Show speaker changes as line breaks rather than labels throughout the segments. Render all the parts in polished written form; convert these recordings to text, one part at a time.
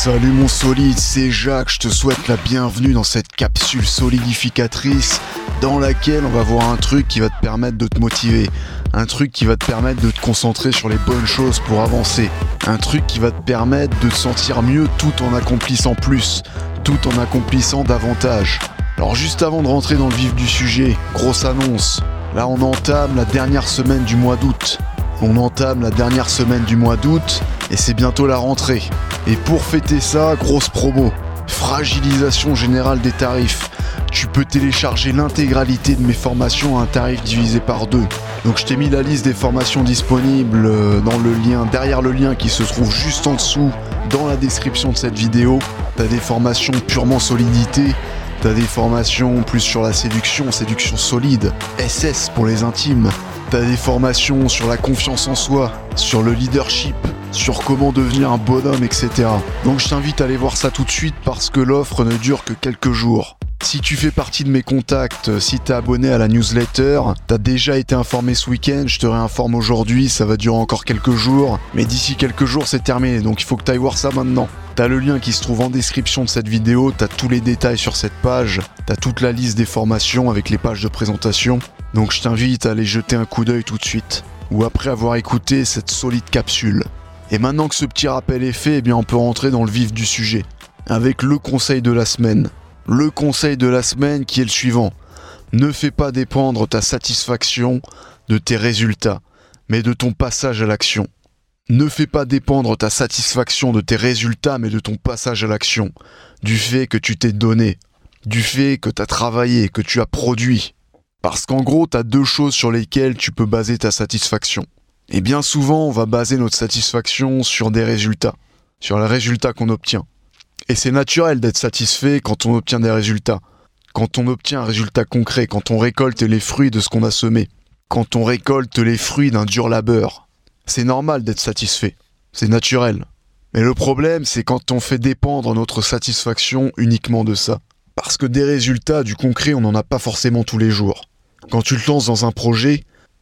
Salut mon solide, c'est Jacques, je te souhaite la bienvenue dans cette capsule solidificatrice dans laquelle on va voir un truc qui va te permettre de te motiver, un truc qui va te permettre de te concentrer sur les bonnes choses pour avancer, un truc qui va te permettre de te sentir mieux tout en accomplissant plus, tout en accomplissant davantage. Alors juste avant de rentrer dans le vif du sujet, grosse annonce, là on entame la dernière semaine du mois d'août. Et c'est bientôt la rentrée. Et pour fêter ça, grosse promo, fragilisation générale des tarifs. Tu peux télécharger l'intégralité de mes formations à un tarif divisé par 2. Donc je t'ai mis la liste des formations disponibles dans le lien, derrière le lien qui se trouve juste en dessous dans la description de cette vidéo. T'as des formations purement solidité, t'as des formations plus sur la séduction solide, SS pour les intimes. T'as des formations sur la confiance en soi, sur le leadership, sur comment devenir un bonhomme, etc. Donc je t'invite à aller voir ça tout de suite parce que l'offre ne dure que quelques jours. Si tu fais partie de mes contacts, si t'es abonné à la newsletter, t'as déjà été informé ce week-end, je te réinforme aujourd'hui, ça va durer encore quelques jours, mais d'ici quelques jours c'est terminé, donc il faut que t'ailles voir ça maintenant. T'as le lien qui se trouve en description de cette vidéo, t'as tous les détails sur cette page, t'as toute la liste des formations avec les pages de présentation, donc je t'invite à aller jeter un coup d'œil tout de suite, ou après avoir écouté cette solide capsule. Et maintenant que ce petit rappel est fait, eh bien on peut rentrer dans le vif du sujet, avec le conseil de la semaine. Le conseil de la semaine qui est le suivant. Ne fais pas dépendre ta satisfaction de tes résultats, mais de ton passage à l'action. Ne fais pas dépendre ta satisfaction de tes résultats, mais de ton passage à l'action. Du fait que tu t'es donné, du fait que tu as travaillé, que tu as produit. Parce qu'en gros, tu as 2 choses sur lesquelles tu peux baser ta satisfaction. Et bien souvent, on va baser notre satisfaction sur des résultats, sur les résultats qu'on obtient. Et c'est naturel d'être satisfait quand on obtient des résultats, quand on obtient un résultat concret, quand on récolte les fruits de ce qu'on a semé, quand on récolte les fruits d'un dur labeur. C'est normal d'être satisfait, c'est naturel. Mais le problème, c'est quand on fait dépendre notre satisfaction uniquement de ça. Parce que des résultats, du concret, on n'en a pas forcément tous les jours. Quand tu te lances dans un projet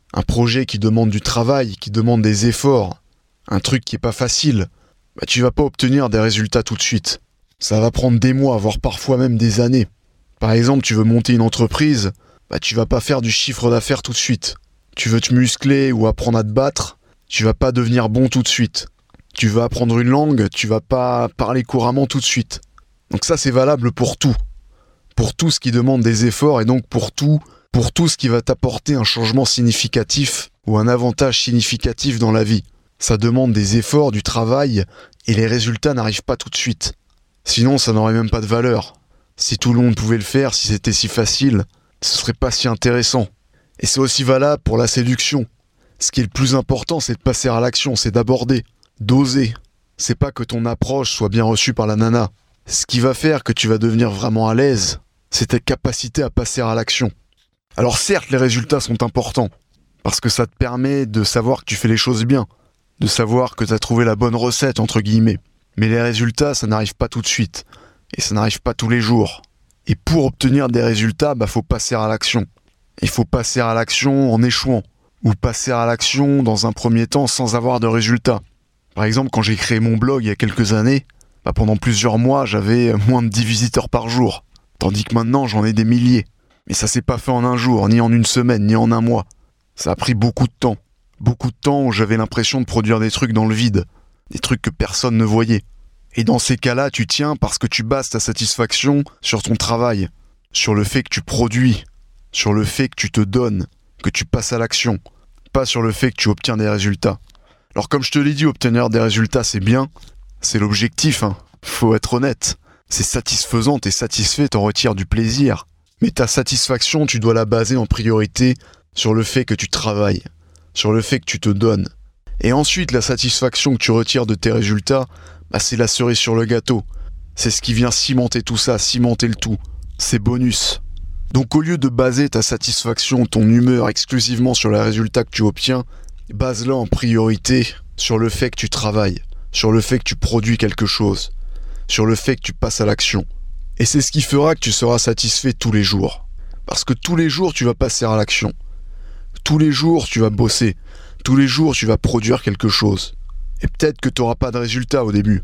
qui demande du travail, qui demande des efforts, un truc qui est pas facile, tu vas pas obtenir des résultats tout de suite. Ça va prendre des mois, voire parfois même des années. Par exemple, tu veux monter une entreprise, tu vas pas faire du chiffre d'affaires tout de suite. Tu veux te muscler ou apprendre à te battre, tu vas pas devenir bon tout de suite. Tu veux apprendre une langue, tu vas pas parler couramment tout de suite. Donc ça, c'est valable pour tout. Pour tout ce qui demande des efforts et donc pour tout ce qui va t'apporter un changement significatif ou un avantage significatif dans la vie. Ça demande des efforts, du travail, et les résultats n'arrivent pas tout de suite. Sinon, ça n'aurait même pas de valeur. Si tout le monde pouvait le faire, si c'était si facile, ce serait pas si intéressant. Et c'est aussi valable pour la séduction. Ce qui est le plus important, c'est de passer à l'action, c'est d'aborder, d'oser. C'est pas que ton approche soit bien reçue par la nana. Ce qui va faire que tu vas devenir vraiment à l'aise, c'est ta capacité à passer à l'action. Alors certes, les résultats sont importants, parce que ça te permet de savoir que tu fais les choses bien, de savoir que tu as trouvé la bonne recette, entre guillemets. Mais les résultats, ça n'arrive pas tout de suite, et ça n'arrive pas tous les jours. Et pour obtenir des résultats, faut passer à l'action. Il faut passer à l'action en échouant, ou passer à l'action dans un premier temps sans avoir de résultats. Par exemple, quand j'ai créé mon blog il y a quelques années, pendant plusieurs mois, j'avais moins de 10 visiteurs par jour, tandis que maintenant, j'en ai des milliers. Mais ça s'est pas fait en un jour, ni en une semaine, ni en un mois. Ça a pris beaucoup de temps. Beaucoup de temps où j'avais l'impression de produire des trucs dans le vide. Des trucs que personne ne voyait. Et dans ces cas-là, tu tiens parce que tu bases ta satisfaction sur ton travail, sur le fait que tu produis, sur le fait que tu te donnes, que tu passes à l'action, pas sur le fait que tu obtiens des résultats. Alors comme je te l'ai dit, obtenir des résultats c'est bien, c'est l'objectif, faut être honnête. C'est satisfaisant, t'es satisfait, t'en retires du plaisir. Mais ta satisfaction, tu dois la baser en priorité sur le fait que tu travailles, sur le fait que tu te donnes. Et ensuite, la satisfaction que tu retires de tes résultats, c'est la cerise sur le gâteau. C'est ce qui vient cimenter tout ça, cimenter le tout. C'est bonus. Donc au lieu de baser ta satisfaction, ton humeur exclusivement sur les résultats que tu obtiens, base-la en priorité sur le fait que tu travailles, sur le fait que tu produis quelque chose, sur le fait que tu passes à l'action. Et c'est ce qui fera que tu seras satisfait tous les jours. Parce que tous les jours, tu vas passer à l'action. Tous les jours, tu vas bosser. Tous les jours, tu vas produire quelque chose. Et peut-être que tu n'auras pas de résultat au début.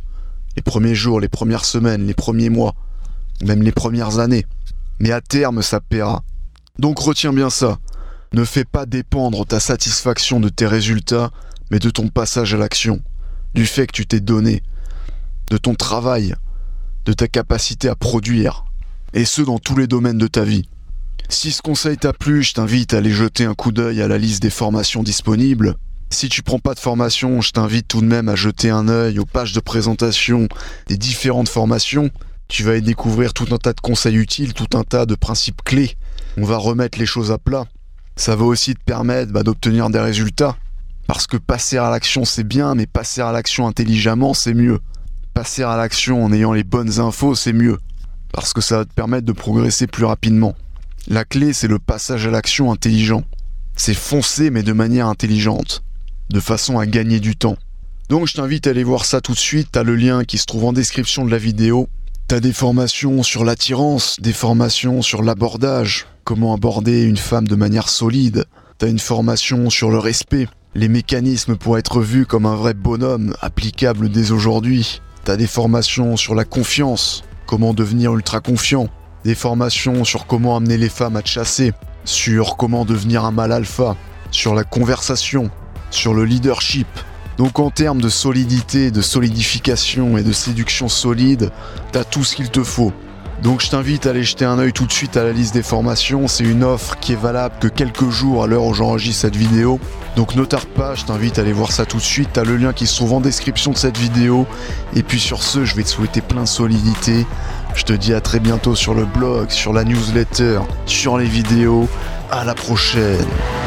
Les premiers jours, les premières semaines, les premiers mois, même les premières années. Mais à terme, ça paiera. Donc retiens bien ça. Ne fais pas dépendre ta satisfaction de tes résultats, mais de ton passage à l'action, du fait que tu t'es donné, de ton travail, de ta capacité à produire, et ce dans tous les domaines de ta vie. Si ce conseil t'a plu, je t'invite à aller jeter un coup d'œil à la liste des formations disponibles. Si tu prends pas de formation, je t'invite tout de même à jeter un œil aux pages de présentation des différentes formations. Tu vas y découvrir tout un tas de conseils utiles, tout un tas de principes clés. On va remettre les choses à plat. Ça va aussi te permettre d'obtenir des résultats. Parce que passer à l'action c'est bien, mais passer à l'action intelligemment c'est mieux. Passer à l'action en ayant les bonnes infos c'est mieux. Parce que ça va te permettre de progresser plus rapidement. La clé c'est le passage à l'action intelligent. C'est foncer mais de manière intelligente. De façon à gagner du temps. Donc je t'invite à aller voir ça tout de suite, t'as le lien qui se trouve en description de la vidéo. T'as des formations sur l'attirance, des formations sur l'abordage, comment aborder une femme de manière solide. T'as une formation sur le respect, les mécanismes pour être vu comme un vrai bonhomme, applicables dès aujourd'hui. T'as des formations sur la confiance, comment devenir ultra confiant. Des formations sur comment amener les femmes à te chasser, sur comment devenir un mâle alpha, sur la conversation, sur le leadership. Donc en termes de solidité, de solidification et de séduction solide, t'as tout ce qu'il te faut. Donc je t'invite à aller jeter un œil tout de suite à la liste des formations. C'est une offre qui est valable que quelques jours à l'heure où j'enregistre cette vidéo. Donc ne tarde pas, je t'invite à aller voir ça tout de suite. T'as le lien qui se trouve en description de cette vidéo. Et puis sur ce, je vais te souhaiter plein de solidité. Je te dis à très bientôt sur le blog, sur la newsletter, sur les vidéos. À la prochaine.